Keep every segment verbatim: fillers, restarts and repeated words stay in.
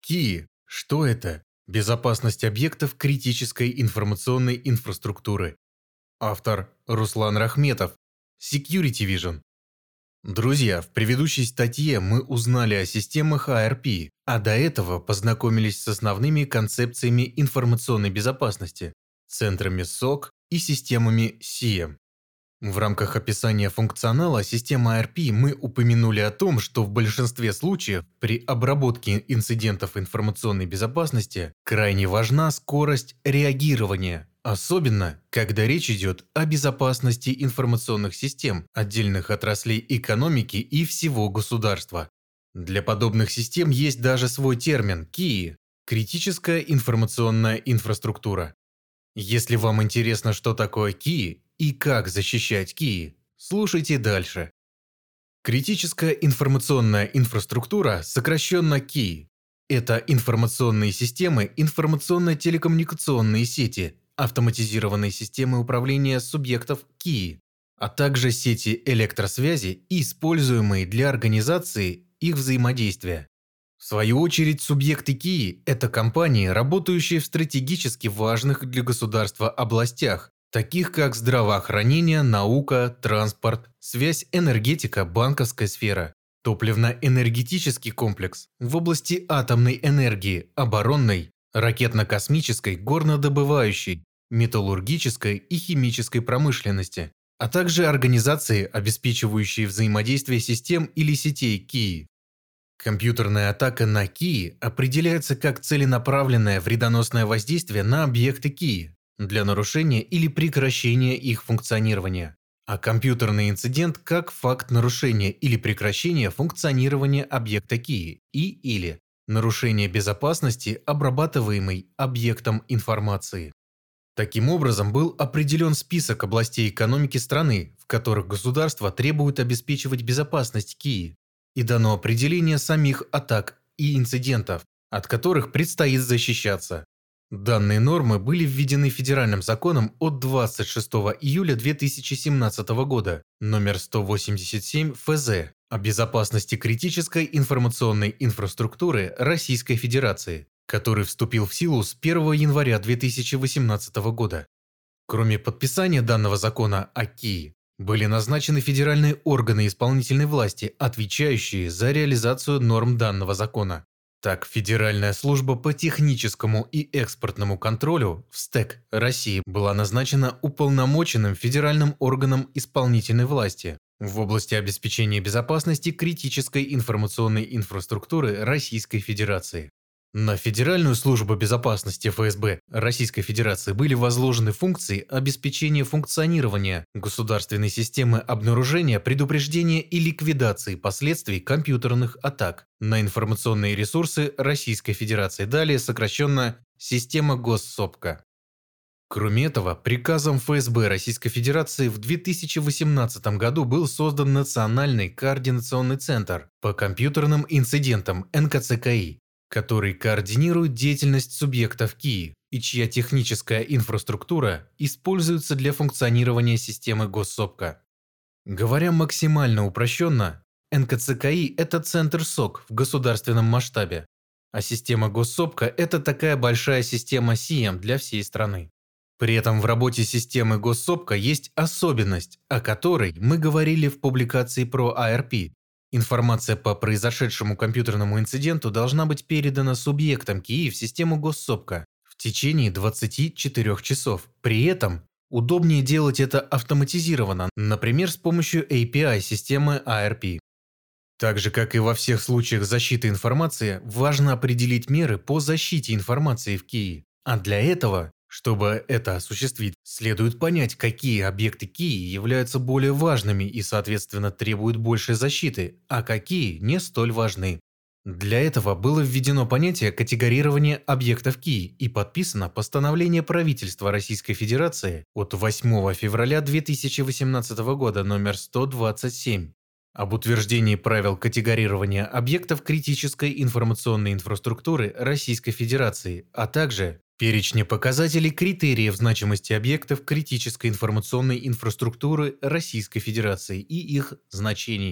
КИИ. Что это? Безопасность объектов критической информационной инфраструктуры. Автор Руслан Рахметов. Security Vision. Друзья, в предыдущей статье мы узнали о системах эй ар пи, а до этого познакомились с основными концепциями информационной безопасности, центрами сок и системами сиэм. В рамках описания функционала системы эй ар пи мы упомянули о том, что в большинстве случаев при обработке инцидентов информационной безопасности крайне важна скорость реагирования, особенно когда речь идет о безопасности информационных систем отдельных отраслей экономики и всего государства. Для подобных систем есть даже свой термин КИИ – критическая информационная инфраструктура. Если вам интересно, что такое КИИ и как защищать КИИ, слушайте дальше. Критическая информационная инфраструктура, сокращенно КИИ, это информационные системы, информационно-телекоммуникационные сети, автоматизированные системы управления субъектов КИИ, а также сети электросвязи, используемые для организации их взаимодействия. В свою очередь, субъекты КИИ – это компании, работающие в стратегически важных для государства областях, таких как здравоохранение, наука, транспорт, связь, энергетика, банковская сфера, топливно-энергетический комплекс в области атомной энергии, оборонной, ракетно-космической, горнодобывающей, металлургической и химической промышленности, а также организации, обеспечивающие взаимодействие систем или сетей КИИ. Компьютерная атака на КИИ определяется как целенаправленное вредоносное воздействие на объекты КИИ для нарушения или прекращения их функционирования, а компьютерный инцидент как факт нарушения или прекращения функционирования объекта КИИ и или нарушение безопасности, обрабатываемой объектом информации. Таким образом, был определен список областей экономики страны, в которых государство требует обеспечивать безопасность КИИ, и дано определение самих атак и инцидентов, от которых предстоит защищаться. Данные нормы были введены федеральным законом от двадцать шестого июля две тысячи семнадцатого года, номер сто восемьдесят семь эф зэ, о безопасности критической информационной инфраструктуры Российской Федерации, который вступил в силу с первого января две тысячи восемнадцатого года. Кроме подписания данного закона о КИИ, были назначены федеральные органы исполнительной власти, отвечающие за реализацию норм данного закона. Так, Федеральная служба по техническому и экспортному контролю в СТЭК России была назначена уполномоченным федеральным органом исполнительной власти в области обеспечения безопасности критической информационной инфраструктуры Российской Федерации. На Федеральную службу безопасности эф эс бэ Российской Федерации были возложены функции обеспечения функционирования государственной системы обнаружения, предупреждения и ликвидации последствий компьютерных атак на информационные ресурсы Российской Федерации, далее сокращенно «Система Госсопка». Кроме этого, приказом эф эс бэ Российской Федерации в две тысячи восемнадцатом году был создан Национальный координационный центр по компьютерным инцидентам эн ка цэ ка и, который координирует деятельность субъектов КИИ и чья техническая инфраструктура используется для функционирования системы Госсопка. Говоря максимально упрощенно, эн ка цэ ка и – это центр сок в государственном масштабе, а система Госсопка – это такая большая система сиэм для всей страны. При этом в работе системы Госсопка есть особенность, о которой мы говорили в публикации про эй ар пи. Информация по произошедшему компьютерному инциденту должна быть передана субъектам КИИ в систему Госсопка в течение двадцати четырёх часов. При этом удобнее делать это автоматизированно, например, с помощью эй пи ай системы эй ар пи. Так же, как и во всех случаях защиты информации, важно определить меры по защите информации в КИИ. А для этого, чтобы это осуществить, следует понять, какие объекты КИИ являются более важными и, соответственно, требуют большей защиты, а какие не столь важны. Для этого было введено понятие категорирования объектов КИИ и подписано постановление правительства Российской Федерации от восьмого февраля две тысячи восемнадцатого года номер сто двадцать семь об утверждении правил категорирования объектов критической информационной инфраструктуры Российской Федерации, а также перечня показателей критериев значимости объектов критической информационной инфраструктуры Российской Федерации и их значений.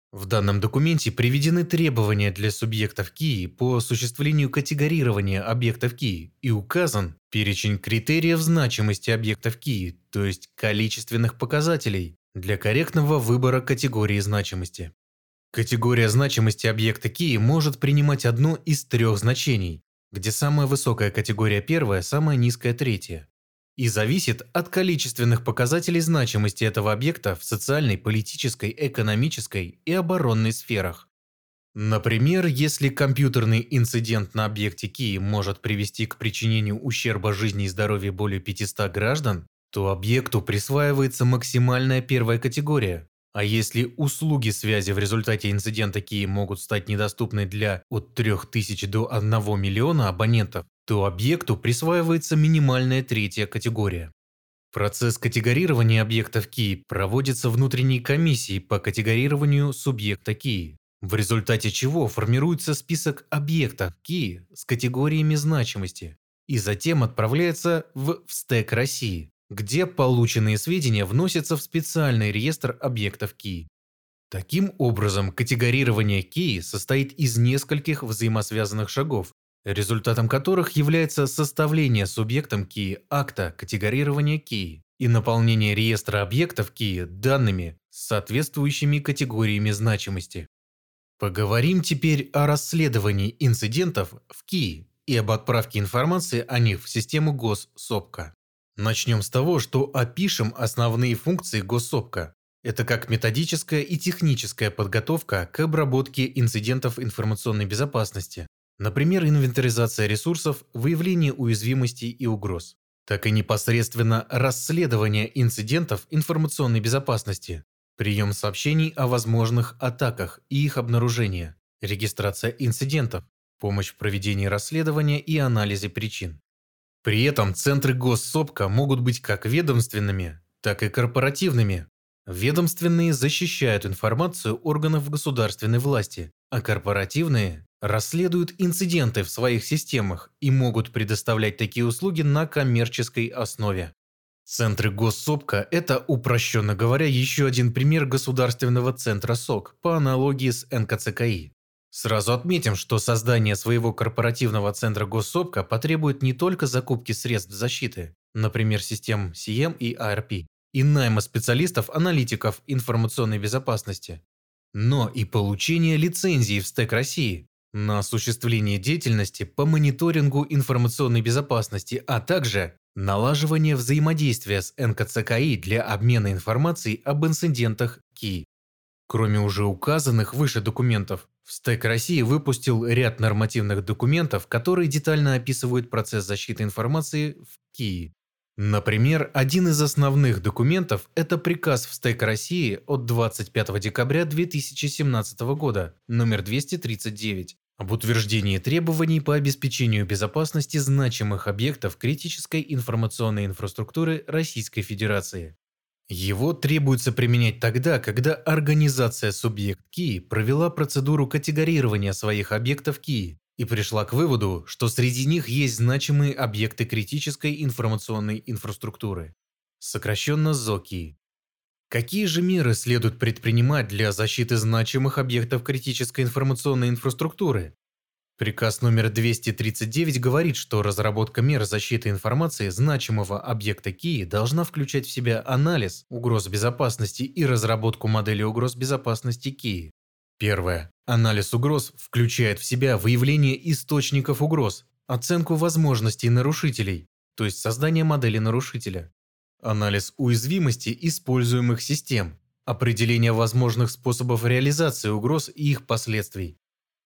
В данном документе приведены требования для субъектов КИИ по осуществлению категорирования объектов КИИ и указан перечень критериев значимости объектов КИИ, то есть количественных показателей, для корректного выбора категории значимости. Категория значимости объекта КИИ может принимать одно из трех значений, где самая высокая категория первая, самая низкая третья, и зависит от количественных показателей значимости этого объекта в социальной, политической, экономической и оборонной сферах. Например, если компьютерный инцидент на объекте КИИ может привести к причинению ущерба жизни и здоровью более пятисот граждан, то объекту присваивается максимальная первая категория. А если услуги связи в результате инцидента КИИ могут стать недоступны для от трёх тысяч до одного миллиона абонентов, то объекту присваивается минимальная третья категория. Процесс категорирования объектов КИИ проводится внутренней комиссией по категорированию субъекта КИИ, в результате чего формируется список объектов КИИ с категориями значимости и затем отправляется в ВСТЭК России, где полученные сведения вносятся в специальный реестр объектов КИИ. Таким образом, категорирование КИИ состоит из нескольких взаимосвязанных шагов, результатом которых является составление субъектом КИИ акта категорирования КИИ и наполнение реестра объектов КИИ данными с соответствующими категориями значимости. Поговорим теперь о расследовании инцидентов в КИИ и об отправке информации о них в систему Госсопка. Начнем с того, что опишем основные функции Госсопка. Это как методическая и техническая подготовка к обработке инцидентов информационной безопасности, например, инвентаризация ресурсов, выявление уязвимостей и угроз, так и непосредственно расследование инцидентов информационной безопасности, прием сообщений о возможных атаках и их обнаружение, регистрация инцидентов, помощь в проведении расследования и анализе причин. При этом центры Госсопка могут быть как ведомственными, так и корпоративными. Ведомственные защищают информацию органов государственной власти, а корпоративные расследуют инциденты в своих системах и могут предоставлять такие услуги на коммерческой основе. Центры Госсопка – это, упрощенно говоря, еще один пример государственного центра СОК по аналогии с эн ка цэ ка и. Сразу отметим, что создание своего корпоративного центра Госсопка потребует не только закупки средств защиты, например, систем си эм и а эр пи, и найма специалистов-аналитиков информационной безопасности, но и получения лицензии в СТЭК России на осуществление деятельности по мониторингу информационной безопасности, а также налаживание взаимодействия с эн ка цэ ка и для обмена информацией об инцидентах КИИ. Кроме уже указанных выше документов, ВСТЭК России выпустил ряд нормативных документов, которые детально описывают процесс защиты информации в КИИ. Например, один из основных документов – это приказ ВСТЭК России от двадцать пятого декабря две тысячи семнадцатого года, номер двести тридцать девять, об утверждении требований по обеспечению безопасности значимых объектов критической информационной инфраструктуры Российской Федерации. Его требуется применять тогда, когда организация субъект КИИ провела процедуру категорирования своих объектов КИИ и пришла к выводу, что среди них есть значимые объекты критической информационной инфраструктуры, сокращенно ЗОКИИ. Какие же меры следует предпринимать для защиты значимых объектов критической информационной инфраструктуры? Приказ номер двести тридцать девять говорит, что разработка мер защиты информации значимого объекта КИИ должна включать в себя анализ угроз безопасности и разработку модели угроз безопасности КИИ. Первое. Анализ угроз включает в себя выявление источников угроз, оценку возможностей нарушителей, то есть создание модели нарушителя, анализ уязвимости используемых систем, определение возможных способов реализации угроз и их последствий.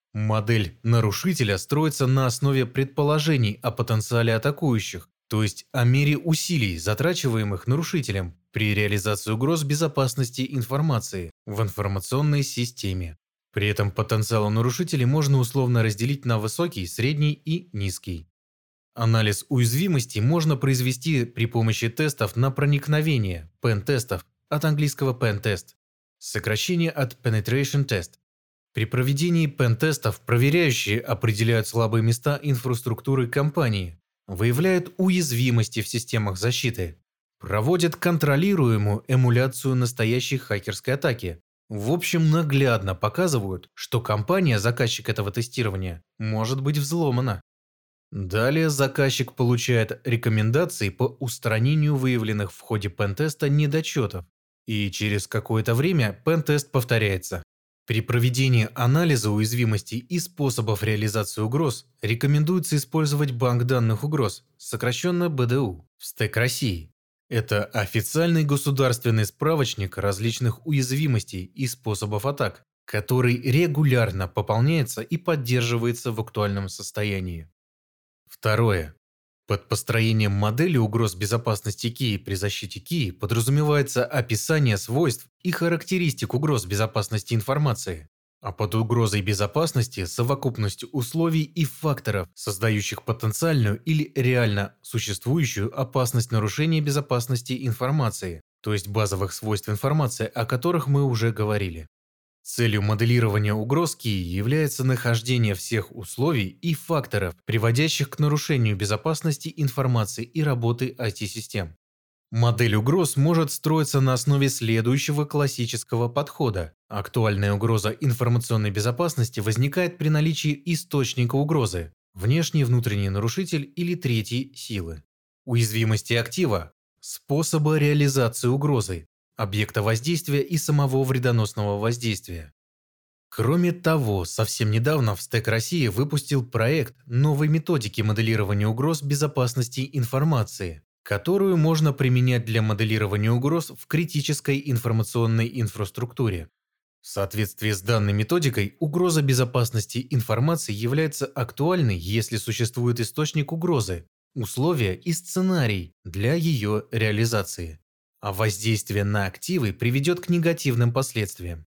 Модель нарушителя строится на основе предположений о потенциале атакующих, то есть о мере усилий, затрачиваемых нарушителем при реализации угроз безопасности информации в информационной системе. При этом потенциал нарушителей можно условно разделить на высокий, средний и низкий. Анализ уязвимости можно произвести при помощи тестов на проникновение, пен-тестов, от английского pen-test, сокращение от penetration test. При проведении пен-тестов проверяющие определяют слабые места инфраструктуры компании, выявляют уязвимости в системах защиты, проводят контролируемую эмуляцию настоящей хакерской атаки, В общем, наглядно показывают, что компания, заказчик этого тестирования, может быть взломана. Далее заказчик получает рекомендации по устранению выявленных в ходе пентеста недочетов, и через какое-то время пентест повторяется. При проведении анализа уязвимостей и способов реализации угроз рекомендуется использовать банк данных угроз, сокращенно бэ дэ у, в стэк России. Это официальный государственный справочник различных уязвимостей и способов атак, который регулярно пополняется и поддерживается в актуальном состоянии. Второе. Под построением модели угроз безопасности кей при защите кей подразумевается описание свойств и характеристик угроз безопасности информации, а под угрозой безопасности – совокупность условий и факторов, создающих потенциальную или реально существующую опасность нарушения безопасности информации, то есть базовых свойств информации, о которых мы уже говорили. Целью моделирования угроз кей является нахождение всех условий и факторов, приводящих к нарушению безопасности информации и работы ай ти-систем. Модель угроз может строиться на основе следующего классического подхода. Актуальная угроза информационной безопасности возникает при наличии источника угрозы – внешний и внутренний нарушитель или третьей силы. Уязвимости актива – способа реализации угрозы, объекта воздействия и самого вредоносного воздействия. Кроме того, совсем недавно в стэк России выпустил проект новой методики моделирования угроз безопасности информации, которую можно применять для моделирования угроз в критической информационной инфраструктуре. В соответствии с данной методикой, угроза безопасности информации является актуальной, если существует источник угрозы, условия и сценарий для ее реализации, а воздействие на активы приведет к негативным последствиям.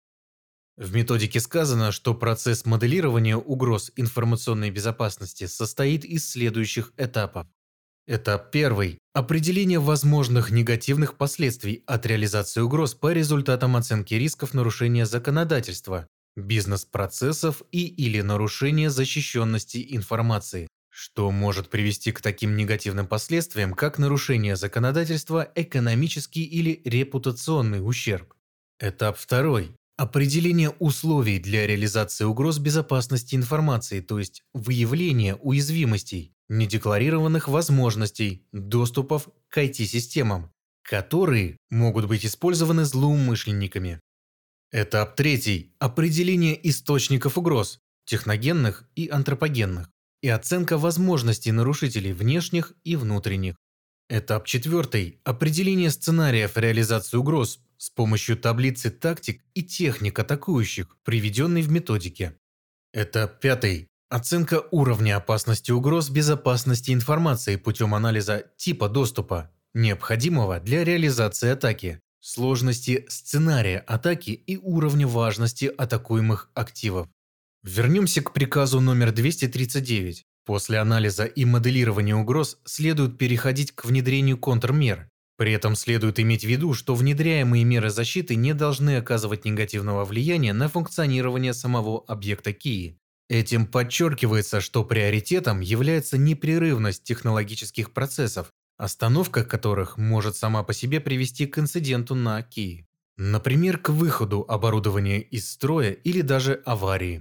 В методике сказано, что процесс моделирования угроз информационной безопасности состоит из следующих этапов. Этап первый – определение возможных негативных последствий от реализации угроз по результатам оценки рисков нарушения законодательства, бизнес-процессов и или нарушения защищенности информации, что может привести к таким негативным последствиям, как нарушение законодательства, экономический или репутационный ущерб. Этап второй – определение условий для реализации угроз безопасности информации, то есть выявление уязвимостей, недекларированных возможностей, доступов к ай ти-системам, которые могут быть использованы злоумышленниками. Этап третий – определение источников угроз, техногенных и антропогенных, и оценка возможностей нарушителей внешних и внутренних. Этап четвертый – определение сценариев реализации угроз с помощью таблицы тактик и техник атакующих, приведенной в методике. Этап пятый – оценка уровня опасности угроз безопасности информации путем анализа типа доступа, необходимого для реализации атаки, сложности сценария атаки и уровня важности атакуемых активов. Вернемся к приказу номер двести тридцать девять. После анализа и моделирования угроз следует переходить к внедрению контрмер. При этом следует иметь в виду, что внедряемые меры защиты не должны оказывать негативного влияния на функционирование самого объекта кей. Этим подчеркивается, что приоритетом является непрерывность технологических процессов, остановка которых может сама по себе привести к инциденту на кей. Например, к выходу оборудования из строя или даже аварии.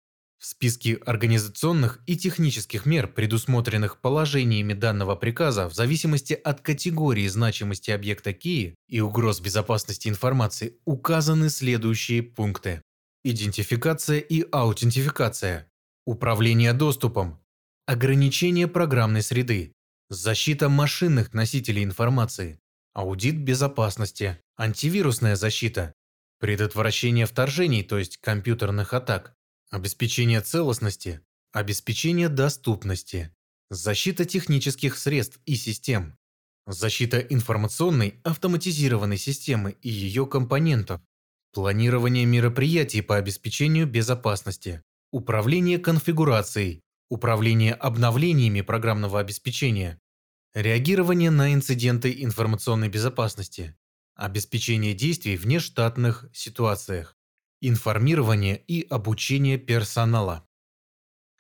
В списке организационных и технических мер, предусмотренных положениями данного приказа в зависимости от категории значимости объекта кей и угроз безопасности информации, указаны следующие пункты. Идентификация и аутентификация, управление доступом, ограничение программной среды, защита машинных носителей информации, аудит безопасности, антивирусная защита, предотвращение вторжений, то есть компьютерных атак, обеспечение целостности, обеспечение доступности, защита технических средств и систем, защита информационной автоматизированной системы и ее компонентов, планирование мероприятий по обеспечению безопасности, управление конфигурацией, управление обновлениями программного обеспечения, реагирование на инциденты информационной безопасности, обеспечение действий в нештатных ситуациях, информирование и обучение персонала.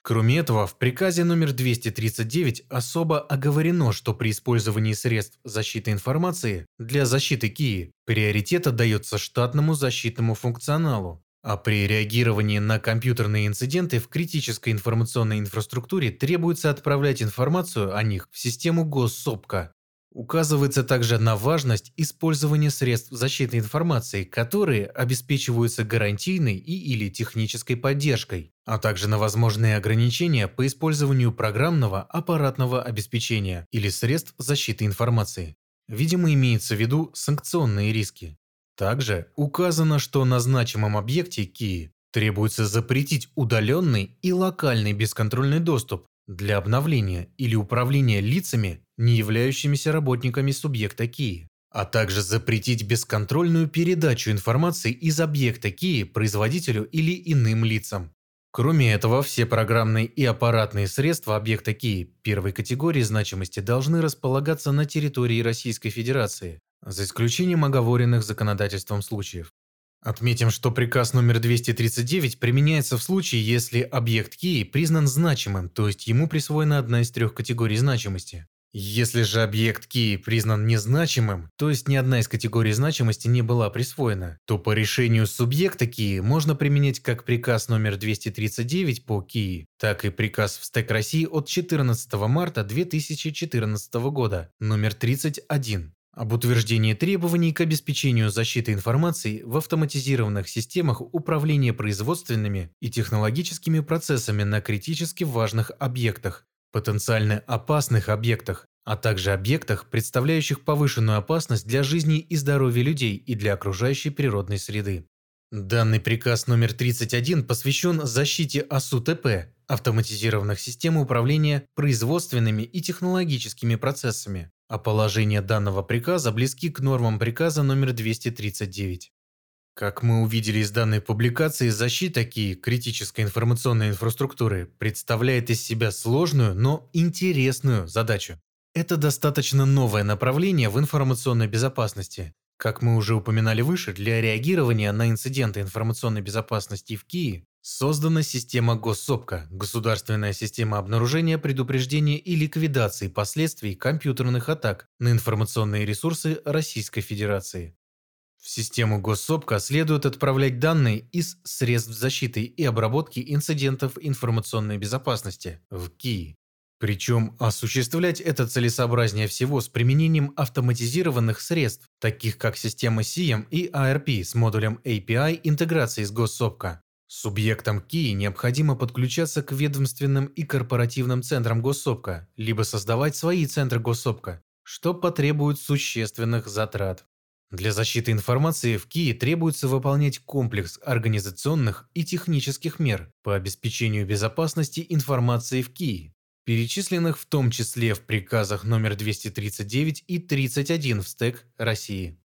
Кроме этого, в приказе номер двести тридцать девять особо оговорено, что при использовании средств защиты информации для защиты КИИ приоритет отдается штатному защитному функционалу, а при реагировании на компьютерные инциденты в критической информационной инфраструктуре требуется отправлять информацию о них в систему госсопка. Указывается также на важность использования средств защиты информации, которые обеспечиваются гарантийной и или технической поддержкой, а также на возможные ограничения по использованию программного аппаратного обеспечения или средств защиты информации. Видимо, имеется в виду санкционные риски. Также указано, что на значимом объекте КИИ требуется запретить удаленный и локальный бесконтрольный доступ для обновления или управления лицами, не являющимися работниками субъекта КИИ, а также запретить бесконтрольную передачу информации из объекта КИИ производителю или иным лицам. Кроме этого, все программные и аппаратные средства объекта КИИ первой категории значимости должны располагаться на территории Российской Федерации, за исключением оговоренных законодательством случаев. Отметим, что приказ номер двести тридцать девять применяется в случае, если объект КИИ признан значимым, то есть ему присвоена одна из трех категорий значимости. Если же объект КИИ признан незначимым, то есть ни одна из категорий значимости не была присвоена, то по решению субъекта КИИ можно применять как приказ номер двести тридцать девять по КИИ, так и приказ в СТЭК России от четырнадцатого марта две тысячи четырнадцатого года, номер тридцать один. Об утверждении требований к обеспечению защиты информации в автоматизированных системах управления производственными и технологическими процессами на критически важных объектах, потенциально опасных объектах, а также объектах, представляющих повышенную опасность для жизни и здоровья людей и для окружающей природной среды. Данный приказ номер тридцать один посвящен защите АСУТП, автоматизированных систем управления производственными и технологическими процессами, а положения данного приказа близки к нормам приказа номер двести тридцать девять. Как мы увидели из данной публикации, защита КИИ критической информационной инфраструктуры представляет из себя сложную, но интересную задачу. Это достаточно новое направление в информационной безопасности. Как мы уже упоминали выше, для реагирования на инциденты информационной безопасности в КИИ создана система госсопка – государственная система обнаружения, предупреждения и ликвидации последствий компьютерных атак на информационные ресурсы Российской Федерации. В систему госсопка следует отправлять данные из средств защиты и обработки инцидентов информационной безопасности в КИИ. Причем осуществлять это целесообразнее всего с применением автоматизированных средств, таких как система сиэм и эй ар пи с модулем эй пи ай интеграции с госсопка. Субъектам КИИ необходимо подключаться к ведомственным и корпоративным центрам госсопка, либо создавать свои центры госсопка, что потребует существенных затрат. Для защиты информации в КИИ требуется выполнять комплекс организационных и технических мер по обеспечению безопасности информации в КИИ, перечисленных в том числе в приказах номер двести тридцать девять и тридцать один в СТЭК России.